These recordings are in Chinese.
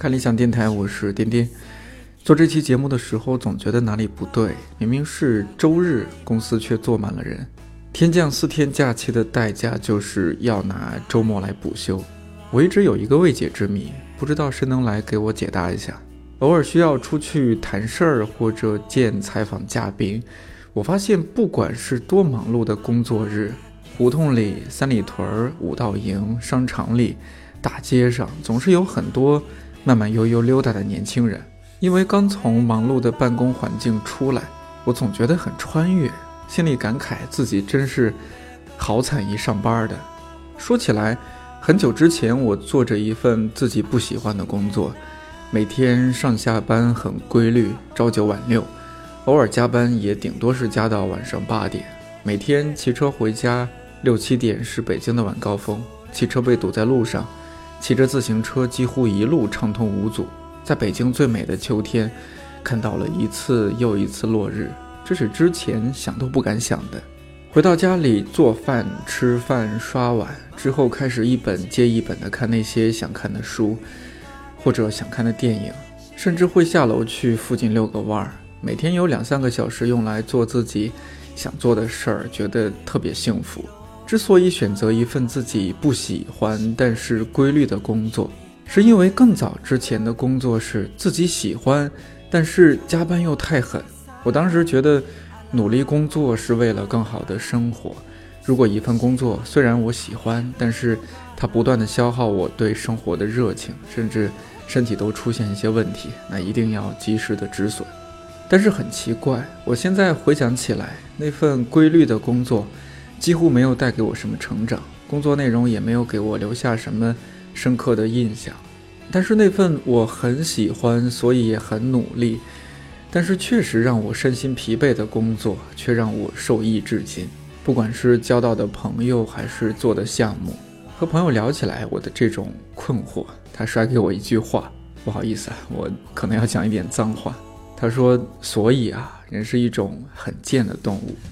看理想电台，我是颠颠。做这期节目的时候总觉得哪里不对，明明是周日，公司却坐满了人。天降4天假期的代价就是要拿周末来补休。我一直有一个未解之谜，不知道谁能来给我解答一下。偶尔需要出去谈事儿或者见采访嘉宾，我发现不管是多忙碌的工作日，胡同里、三里屯、五道营、商场里、大街上，总是有很多慢慢悠悠溜达的年轻人。因为刚从忙碌的办公环境出来，我总觉得很穿越，心里感慨自己真是好惨一上班的。说起来，很久之前我做着一份自己不喜欢的工作，每天上下班很规律，朝9晚6，偶尔加班也顶多是加到晚上8点。每天骑车回家6、7点是北京的晚高峰，汽车被堵在路上，骑着自行车几乎一路畅通无阻。在北京最美的秋天，看到了一次又一次落日，这是之前想都不敢想的。回到家里做饭、吃饭、刷碗之后，开始一本接一本的看那些想看的书或者想看的电影，甚至会下楼去附近遛个弯。每天有2、3个小时用来做自己想做的事儿，觉得特别幸福。之所以选择一份自己不喜欢但是规律的工作，是因为更早之前的工作是自己喜欢，但是加班又太狠。我当时觉得努力工作是为了更好的生活，如果一份工作虽然我喜欢，但是它不断的消耗我对生活的热情，甚至身体都出现一些问题，那一定要及时的止损。但是很奇怪，我现在回想起来，那份规律的工作几乎没有带给我什么成长，工作内容也没有给我留下什么深刻的印象。但是那份我很喜欢，所以也很努力，但是确实让我身心疲惫的工作，却让我受益至今。不管是交到的朋友，还是做的项目，和朋友聊起来我的这种困惑，他甩给我一句话，不好意思啊，我可能要讲一点脏话。他说，所以啊，人是一种很贱的动物。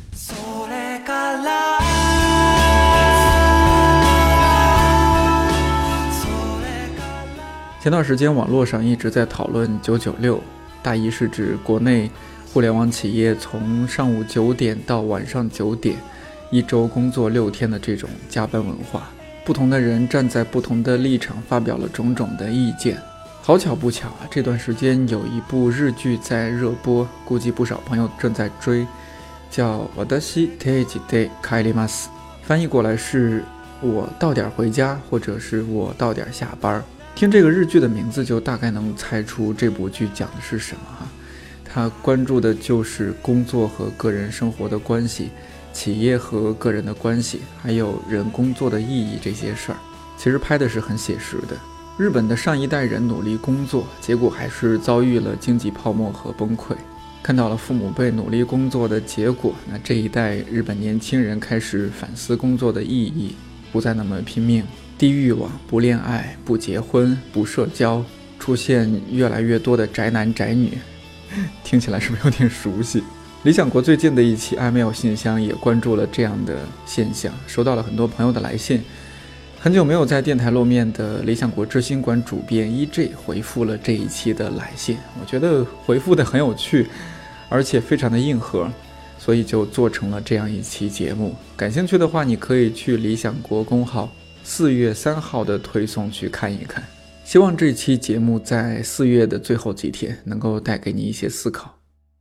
前段时间网络上一直在讨论996，大意是指国内互联网企业从上午9点到晚上9点，一周工作6天的这种加班文化。不同的人站在不同的立場发表了种种的意见。好巧不巧啊，这段时间有一部日剧在热播，估计不少朋友正在追，叫私定時で帰ります，翻译过来是我到点回家，或者是我到点下班。听这个日剧的名字就大概能猜出这部剧讲的是什么哈。它关注的就是工作和个人生活的关系，企业和个人的关系，还有人工作的意义这些事儿。其实拍的是很写实的。日本的上一代人努力工作，结果还是遭遇了经济泡沫和崩溃。看到了父母辈努力工作的结果，那这一代日本年轻人开始反思工作的意义，不再那么拼命，低欲望，不恋爱，不结婚，不社交，出现越来越多的宅男宅女。听起来是不是有点熟悉？理想国最近的一期 iMail 信箱也关注了这样的现象，收到了很多朋友的来信。很久没有在电台露面的理想国知心馆主编 EJ 回复了这一期的来信，我觉得回复的很有趣，而且非常的硬核，所以就做成了这样一期节目。感兴趣的话，你可以去理想国公号4月3号的推送去看一看。希望这期节目在4月的最后几天能够带给你一些思考。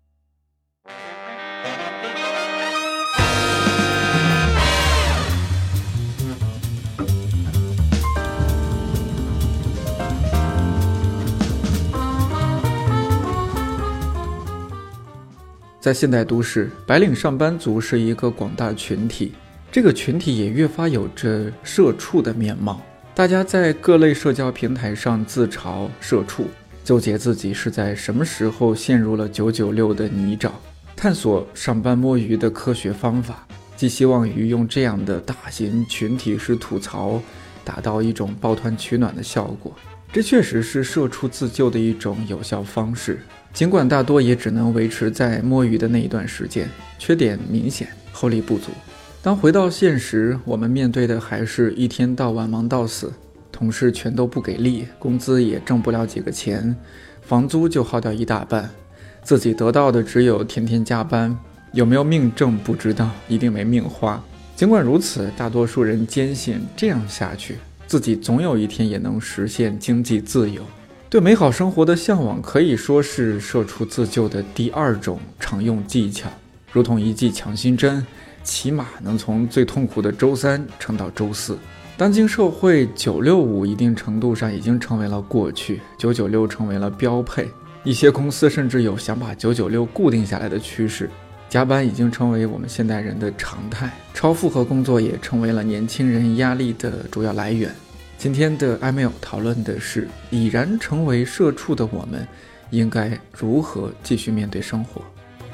在现代都市，白领上班族是一个广大群体，这个群体也越发有着社畜的面貌。大家在各类社交平台上自嘲社畜，纠结自己是在什么时候陷入了996的泥沼，探索上班摸鱼的科学方法，寄希望于用这样的大型群体式吐槽达到一种抱团取暖的效果。这确实是社畜自救的一种有效方式，尽管大多也只能维持在摸鱼的那一段时间，缺点明显，后力不足。当回到现实，我们面对的还是一天到晚忙到死， 同事全都不给力，工资也挣不了几个钱，房租就耗掉一大半，自己得到的只有天天加班，有没有命挣不知道，一定没命花。尽管如此，大多数人坚信这样下去，自己总有一天也能实现经济自由。对美好生活的向往可以说是社畜自救的第二种常用技巧，如同一剂强心针，起码能从最痛苦的周三撑到周四。当今社会965一定程度上已经成为了过去，996成为了标配，一些公司甚至有想把996固定下来的趋势。加班已经成为我们现代人的常态，超负荷工作也成为了年轻人压力的主要来源。今天的 iMail 讨论的是，已然成为社畜的我们，应该如何继续面对生活。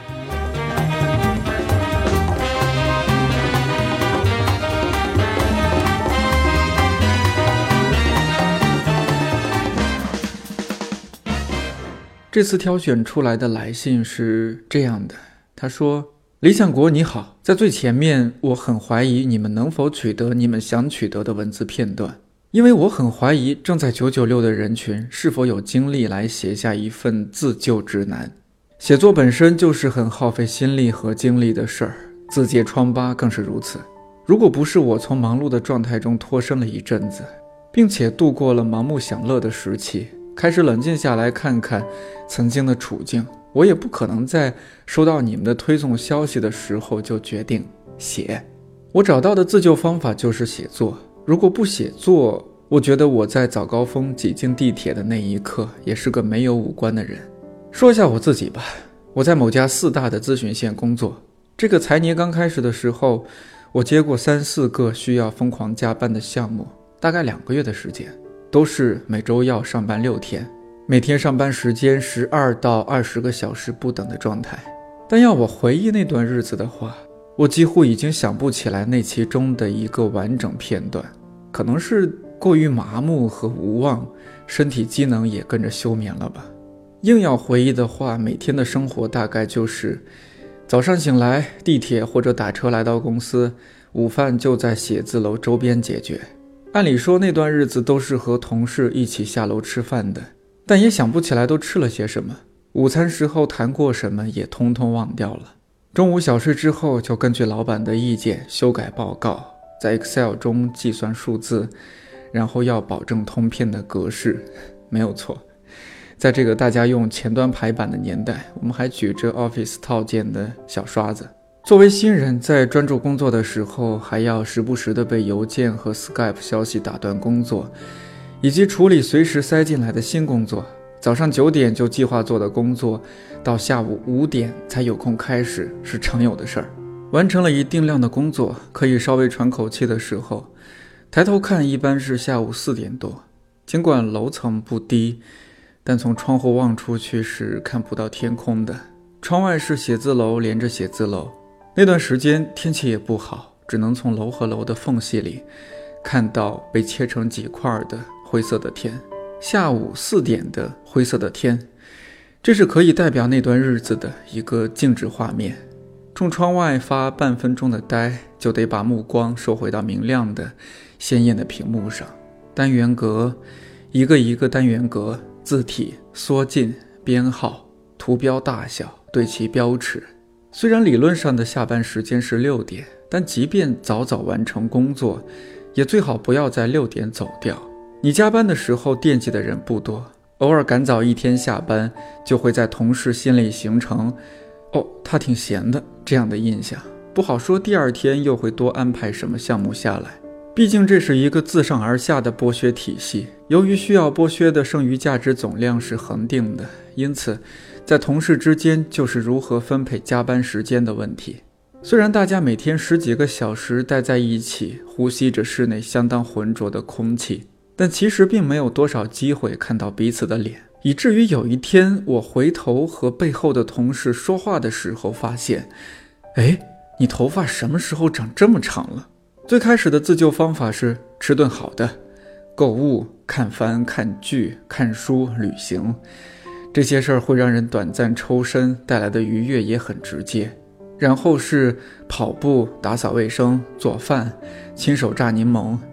这次挑选出来的来信是这样的，他说：理想国你好，在最前面，我很怀疑你们能否取得你们想取得的文字片段，因为我很怀疑正在996的人群是否有精力来写下一份自救指南。写作本身就是很耗费心力和精力的事儿，自揭疮疤更是如此。如果不是我从忙碌的状态中脱身了一阵子，并且度过了盲目享乐的时期，开始冷静下来看看曾经的处境，我也不可能在收到你们的推送消息的时候就决定写。我找到的自救方法就是写作，如果不写作，我觉得我在早高峰挤进地铁的那一刻也是个没有五官的人。说一下我自己吧，我在某家4大的咨询线工作，这个财年刚开始的时候，我接过3、4个需要疯狂加班的项目，大概2个月的时间，都是每周要上班6天，每天上班时间12到20个小时不等的状态。但要我回忆那段日子的话，我几乎已经想不起来那其中的一个完整片段，可能是过于麻木和无望，身体机能也跟着休眠了吧。硬要回忆的话，每天的生活大概就是早上醒来，地铁或者打车来到公司，午饭就在写字楼周边解决。按理说那段日子都是和同事一起下楼吃饭的，但也想不起来都吃了些什么，午餐时候谈过什么也通通忘掉了。中午小睡之后，就根据老板的意见修改报告，在 Excel 中计算数字，然后要保证通篇的格式。没有错，在这个大家用前端排版的年代，我们还举着 Office 套件的小刷子。作为新人，在专注工作的时候，还要时不时的被邮件和 Skype 消息打断工作，以及处理随时塞进来的新工作。早上9点就计划做的工作，到下午5点才有空开始，是常有的事儿。完成了一定量的工作，可以稍微喘口气的时候，抬头看一般是下午4点多。尽管楼层不低，但从窗户望出去是看不到天空的，窗外是写字楼连着写字楼。那段时间天气也不好，只能从楼和楼的缝隙里看到被切成几块的灰色的天。下午4点的灰色的天，这是可以代表那段日子的一个静止画面。冲窗外发半分钟的呆，就得把目光收回到明亮的鲜艳的屏幕上。单元格，一个一个单元格，字体缩进编号，图标大小对齐标尺。虽然理论上的下班时间是6点，但即便早早完成工作，也最好不要在6点走掉。你加班的时候惦记的人不多，偶尔赶早1天下班，就会在同事心里形成他挺闲的这样的印象，不好说第2天又会多安排什么项目下来。毕竟这是一个自上而下的剥削体系，由于需要剥削的剩余价值总量是恒定的，因此在同事之间就是如何分配加班时间的问题。虽然大家每天10几个小时待在一起，呼吸着室内相当浑浊的空气，但其实并没有多少机会看到彼此的脸，以至于有一天我回头和背后的同事说话的时候发现，你头发什么时候长这么长了？最开始的自救方法是吃顿好的，购物、看番、看剧、看书、旅行，这些事儿会让人短暂抽身，带来的愉悦也很直接。然后是跑步、打扫卫生、做饭、亲手榨柠檬，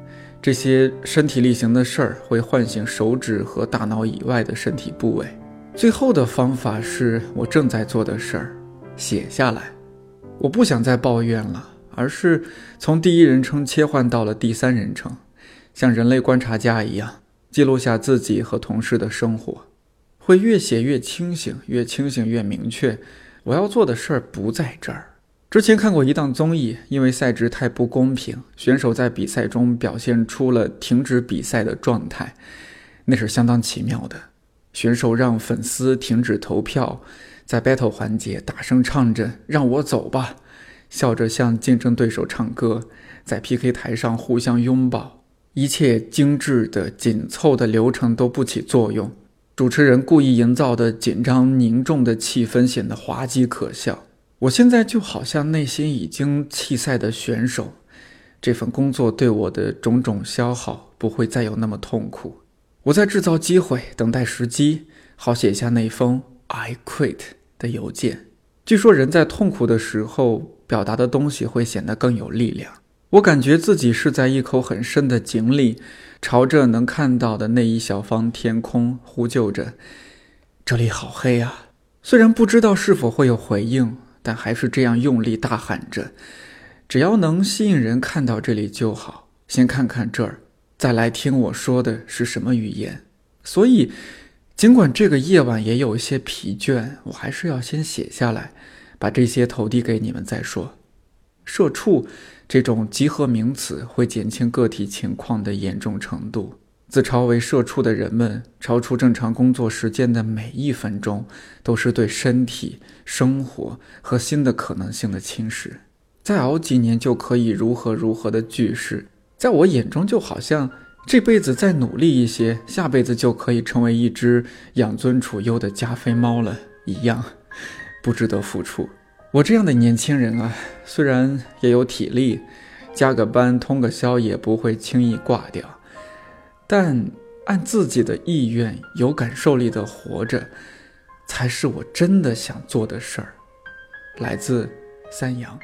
这些身体力行的事儿会唤醒手指和大脑以外的身体部位。最后的方法是我正在做的事儿，写下来。我不想再抱怨了，而是从第一人称切换到了第三人称，像人类观察家一样，记录下自己和同事的生活。会越写越清醒，越清醒越明确，我要做的事儿不在这儿。之前看过一档综艺，因为赛制太不公平，选手在比赛中表现出了停止比赛的状态，那是相当奇妙的。选手让粉丝停止投票，在 battle 环节大声唱着让我走吧，笑着向竞争对手唱歌，在 PK 台上互相拥抱，一切精致的紧凑的流程都不起作用，主持人故意营造的紧张凝重的气氛显得滑稽可笑。我现在就好像那些已经弃赛的选手，这份工作对我的种种消耗不会再有那么痛苦。我在制造机会，等待时机，好写下那封 I quit 的邮件。据说人在痛苦的时候，表达的东西会显得更有力量。我感觉自己是在一口很深的井里，朝着能看到的那一小方天空呼救着，这里好黑啊。虽然不知道是否会有回应，但还是这样用力大喊着，只要能吸引人看到这里就好，先看看这儿，再来听我说的是什么语言。所以尽管这个夜晚也有一些疲倦，我还是要先写下来，把这些投递给你们再说。社畜这种集合名词会减轻个体情况的严重程度，自嘲为社畜的人们，超出正常工作时间的每一分钟都是对身体、生活和新的可能性的侵蚀。再熬几年就可以如何如何的句式，在我眼中就好像这辈子再努力一些，下辈子就可以成为一只养尊处优的加菲猫了一样，不值得付出。我这样的年轻人啊，虽然也有体力，加个班通个宵也不会轻易挂掉，但按自己的意愿有感受力的活着，才是我真的想做的事儿。来自三阳。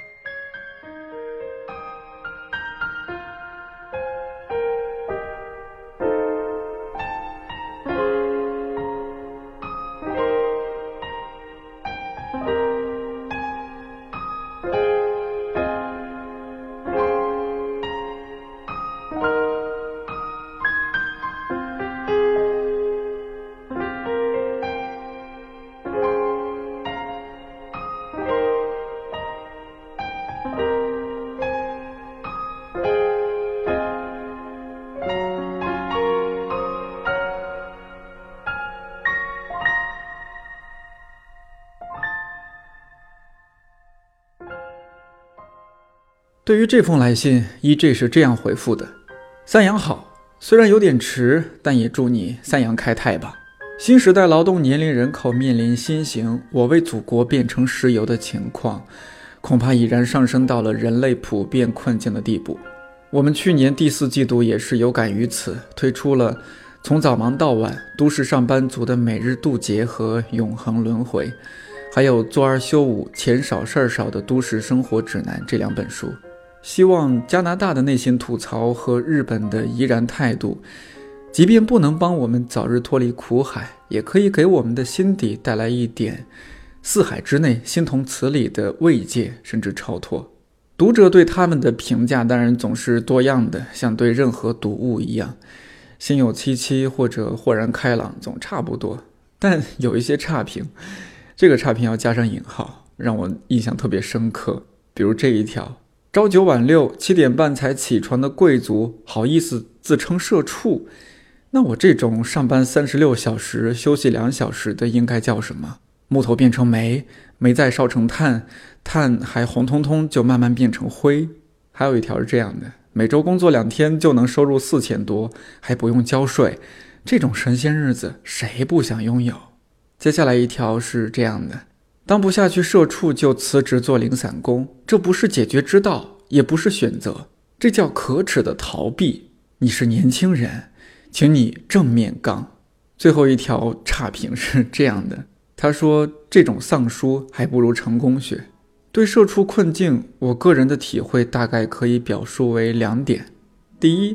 对于这封来信，EJ 是这样回复的：三阳好，虽然有点迟，但也祝你三阳开泰吧。新时代劳动年龄人口面临新型我为祖国变成石油的情况，恐怕已然上升到了人类普遍困境的地步。我们去年第4季度也是有感于此，推出了从早忙到晚都市上班族的每日渡劫和永恒轮回，还有做2休5钱少事儿少的都市生活指南这2本书。希望加拿大的内心吐槽和日本的怡然态度，即便不能帮我们早日脱离苦海，也可以给我们的心底带来一点四海之内心同此理的慰藉甚至超脱。读者对他们的评价当然总是多样的，像对任何读物一样，心有戚戚或者豁然开朗总差不多，但有一些差评，这个差评要加上引号，让我印象特别深刻。比如这一条，朝9晚6 7点半才起床的贵族好意思自称社畜，那我这种上班36小时休息2小时的应该叫什么？木头变成煤，煤再烧成炭，炭还红彤彤就慢慢变成灰。还有一条是这样的，每周工作2天就能收入4000多，还不用交税，这种神仙日子谁不想拥有？接下来一条是这样的，当不下去社畜就辞职做零散工，这不是解决之道，也不是选择，这叫可耻的逃避。你是年轻人，请你正面刚。最后一条差评是这样的，他说这种丧书还不如成功学。对社畜困境，我个人的体会大概可以表述为2点。第一，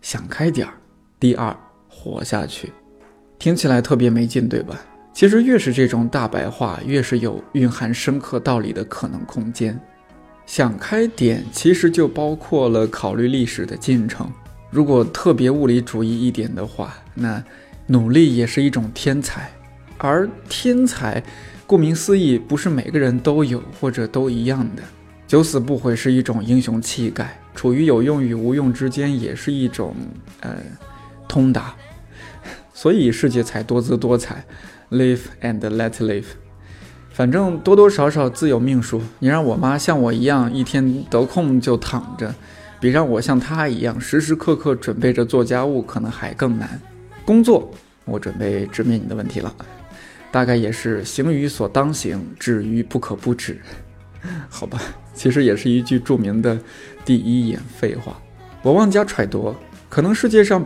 想开点儿。第二，活下去。听起来特别没劲，对吧？其实越是这种大白话，越是有蕴含深刻道理的可能空间。想开点其实就包括了考虑历史的进程。如果特别物理主义一点的话，那努力也是一种天才。而天才顾名思义，不是每个人都有或者都一样的。九死不悔是一种英雄气概，处于有用与无用之间也是一种通达。所以世界才多姿多彩， live and let live。 反正多多少少自有命数，你让我妈像我一样一天得空就躺着，比让我像她一样时时刻刻准备着做家务可能还更难。工作我准备直面你的问题了，大概也是行于所当行，止于不可不止。好吧，其实也是一句著名的第一眼废话。我妄加揣度，可能世界上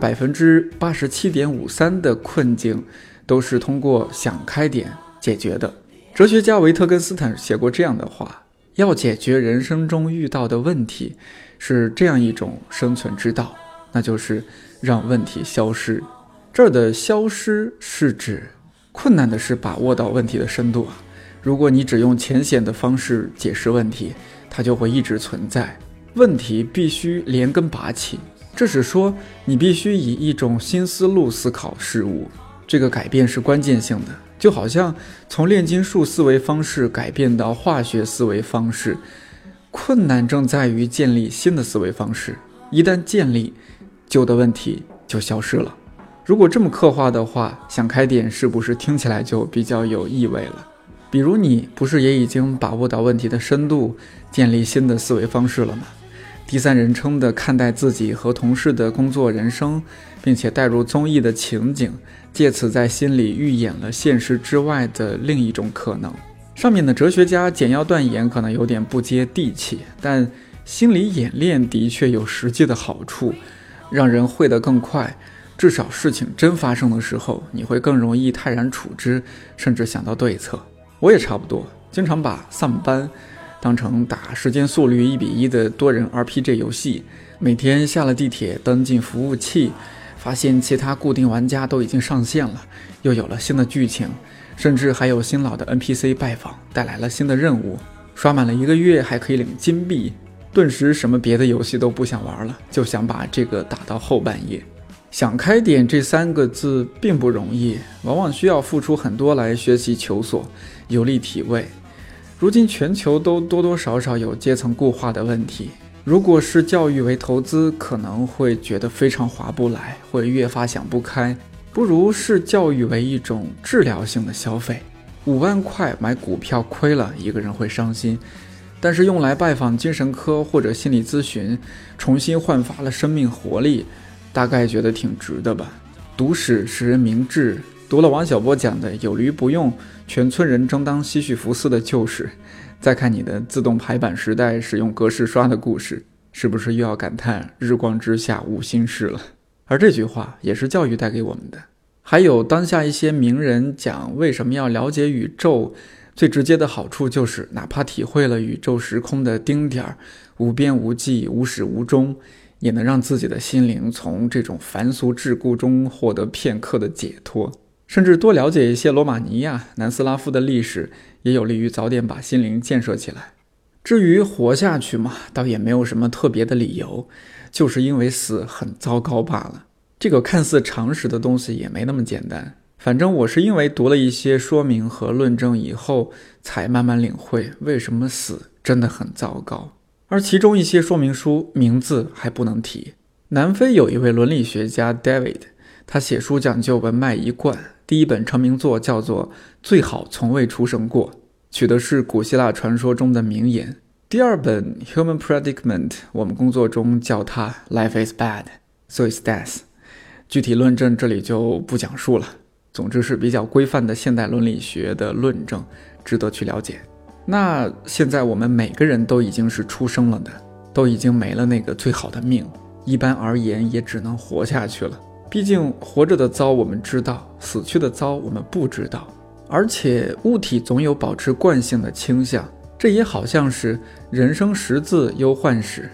87.53% 的困境都是通过想开点解决的。哲学家维特根斯坦写过这样的话，要解决人生中遇到的问题，是这样一种生存之道，那就是让问题消失。这儿的消失是指困难的是把握到问题的深度啊。如果你只用浅显的方式解释问题，它就会一直存在。问题必须连根拔起，这是说你必须以一种新思路思考事物，这个改变是关键性的。就好像从炼金术思维方式改变到化学思维方式，困难正在于建立新的思维方式，一旦建立，旧的问题就消失了。如果这么刻画的话，想开点是不是听起来就比较有意味了？比如你不是也已经把握到问题的深度，建立新的思维方式了吗？第三人称的看待自己和同事的工作人生，并且带入综艺的情景，借此在心里预演了现实之外的另一种可能。上面的哲学家简要断言可能有点不接地气，但心理演练的确有实际的好处，让人会得更快。至少事情真发生的时候，你会更容易泰然处之，甚至想到对策。我也差不多，经常把上班当成打时间速率1:1的多人 RPG 游戏，每天下了地铁登进服务器，发现其他固定玩家都已经上线了，又有了新的剧情，甚至还有新老的 NPC 拜访，带来了新的任务，刷满了1个月还可以领金币，顿时什么别的游戏都不想玩了，就想把这个打到后半夜。想开点这3个字并不容易，往往需要付出很多来学习求索，游历体味。如今全球都多多少少有阶层固化的问题，如果是教育为投资，可能会觉得非常划不来，会越发想不开。不如视教育为一种治疗性的消费，5万块买股票亏了，一个人会伤心，但是用来拜访精神科或者心理咨询，重新焕发了生命活力，大概觉得挺值的吧。读史使人明智，读了王小波讲的有驴不用，全村人争当西绪福斯的旧史，再看你的自动排版时代使用格式刷的故事，是不是又要感叹日光之下无心事了？而这句话也是教育带给我们的。还有当下一些名人讲为什么要了解宇宙，最直接的好处就是哪怕体会了宇宙时空的丁点，无边无际无始无终，也能让自己的心灵从这种凡俗桎梏中获得片刻的解脱。甚至多了解一些罗马尼亚、南斯拉夫的历史，也有利于早点把心灵建设起来。至于活下去嘛，倒也没有什么特别的理由，就是因为死很糟糕罢了。这个看似常识的东西也没那么简单。反正我是因为读了一些说明和论证以后，才慢慢领会为什么死真的很糟糕。而其中一些说明书名字还不能提。南非有一位伦理学家 David， 他写书讲究文脉一贯，第一本成名作叫做《最好从未出生过》，取的是古希腊传说中的名言。第二本 Human Predicament， 我们工作中叫它 Life is bad, so is death。 具体论证这里就不讲述了，总之是比较规范的现代伦理学的论证，值得去了解。那现在我们每个人都已经是出生了的，都已经没了那个最好的命，一般而言也只能活下去了。毕竟活着的糟我们知道，死去的糟我们不知道，而且物体总有保持惯性的倾向，这也好像是人生十字忧患史。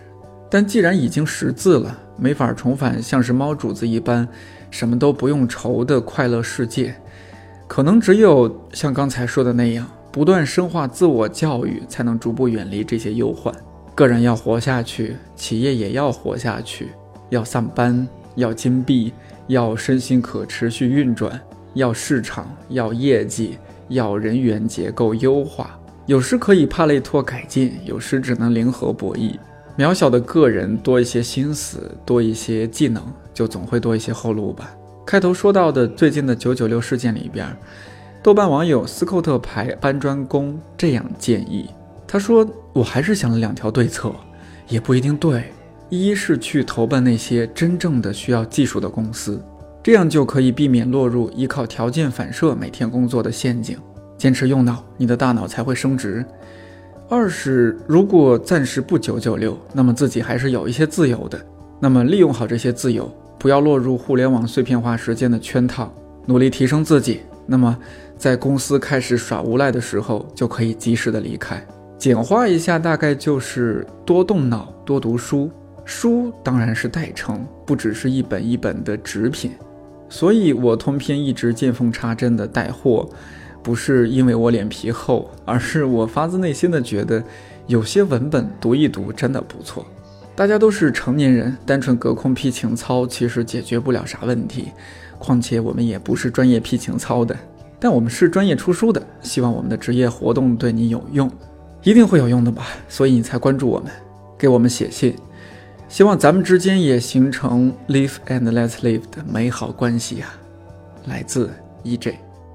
但既然已经识字了，没法重返像是猫主子一般什么都不用愁的快乐世界，可能只有像刚才说的那样，不断深化自我教育，才能逐步远离这些忧患。个人要活下去，企业也要活下去，要上班，要金币，要身心可持续运转，要市场，要业绩，要人员结构优化。有时可以帕累托改进，有时只能零和博弈。渺小的个人多一些心思，多一些技能，就总会多一些后路吧。开头说到的最近的996事件里边，豆瓣网友斯寇特牌搬砖工这样建议，他说，我还是想了2条对策，也不一定对。一是去投奔那些真正的需要技术的公司，这样就可以避免落入依靠条件反射每天工作的陷阱，坚持用脑，你的大脑才会升值。二是如果暂时不996，那么自己还是有一些自由的，那么利用好这些自由，不要落入互联网碎片化时间的圈套，努力提升自己，那么在公司开始耍无赖的时候，就可以及时的离开。简化一下，大概就是多动脑，多读书，书当然是代称，不只是一本一本的纸品。所以我通篇一直见缝插针的带货，不是因为我脸皮厚，而是我发自内心的觉得有些文本读一读真的不错。大家都是成年人，单纯隔空批情操其实解决不了啥问题，况且我们也不是专业批情操的，但我们是专业出书的，希望我们的职业活动对你有用，一定会有用的吧，所以你才关注我们，给我们写信，希望咱们之间也形成 live and let live 的美好关系啊。来自 EJ。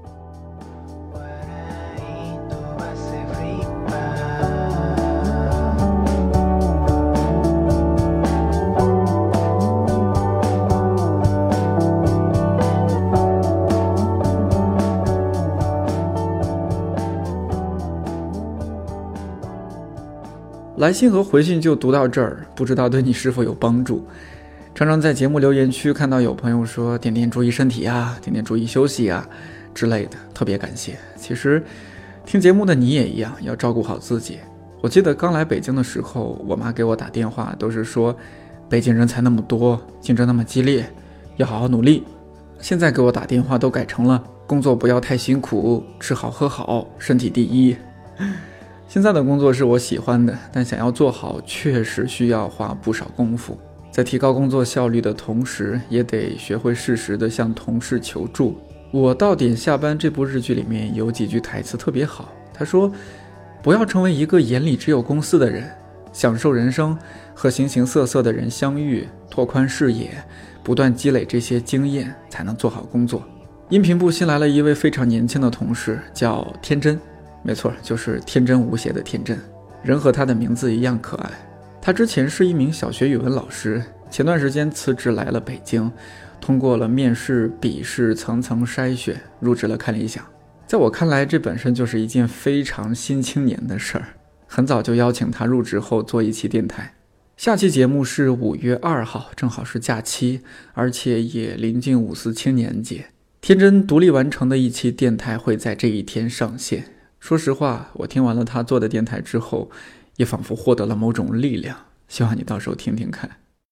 来信和回信就读到这儿，不知道对你是否有帮助。常常在节目留言区看到有朋友说点点注意身体啊，点点注意休息啊之类的，特别感谢。其实听节目的你也一样，要照顾好自己。我记得刚来北京的时候，我妈给我打电话都是说北京人才那么多，竞争那么激烈，要好好努力。现在给我打电话都改成了工作不要太辛苦，吃好喝好，身体第一。现在的工作是我喜欢的，但想要做好确实需要花不少功夫。在提高工作效率的同时，也得学会适时的向同事求助。我到点下班这部日剧里面有几句台词特别好，他说，不要成为一个眼里只有公司的人，享受人生，和形形色色的人相遇，拓宽视野，不断积累这些经验，才能做好工作。音频部新来了一位非常年轻的同事，叫天真，没错，就是天真无邪的天真，人和他的名字一样可爱。他之前是一名小学语文老师，前段时间辞职来了北京，通过了面试、笔试层层筛选，入职了看理想。在我看来，这本身就是一件非常新青年的事儿。很早就邀请他入职后做一期电台，下期节目是5月2号，正好是假期，而且也临近54青年节。天真独立完成的一期电台会在这一天上线。说实话，我听完了他做的电台之後，也仿佛獲得了某種力量，希望你到時候聽聽看。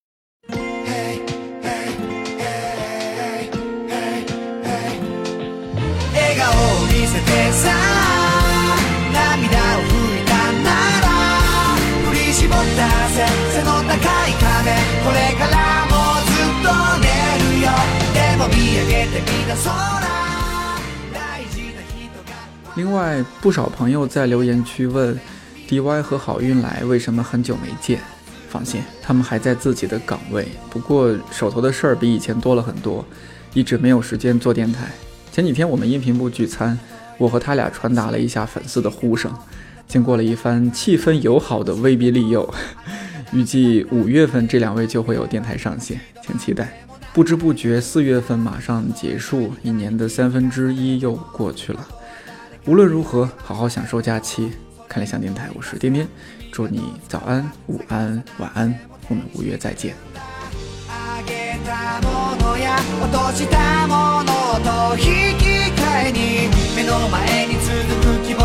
另外，不少朋友在留言区问 DY 和好运来为什么很久没见。放心，他们还在自己的岗位，不过手头的事儿比以前多了很多，一直没有时间做电台。前几天我们音频部聚餐，我和他俩传达了一下粉丝的呼声，经过了一番气氛友好的威逼利诱，预计5月份这2位就会有电台上线，请期待。不知不觉4月份马上结束，一年的1/3又过去了。无论如何，好好享受假期。看理想电台，我是颠颠，祝你早安、午安、晚安，我们5月再见。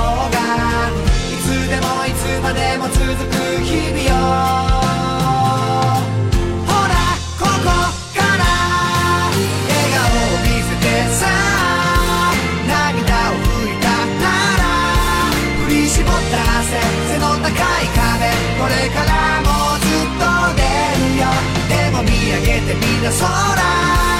いつでもいつまでも続く日々よれからもずっと出るよでも見上げてみな空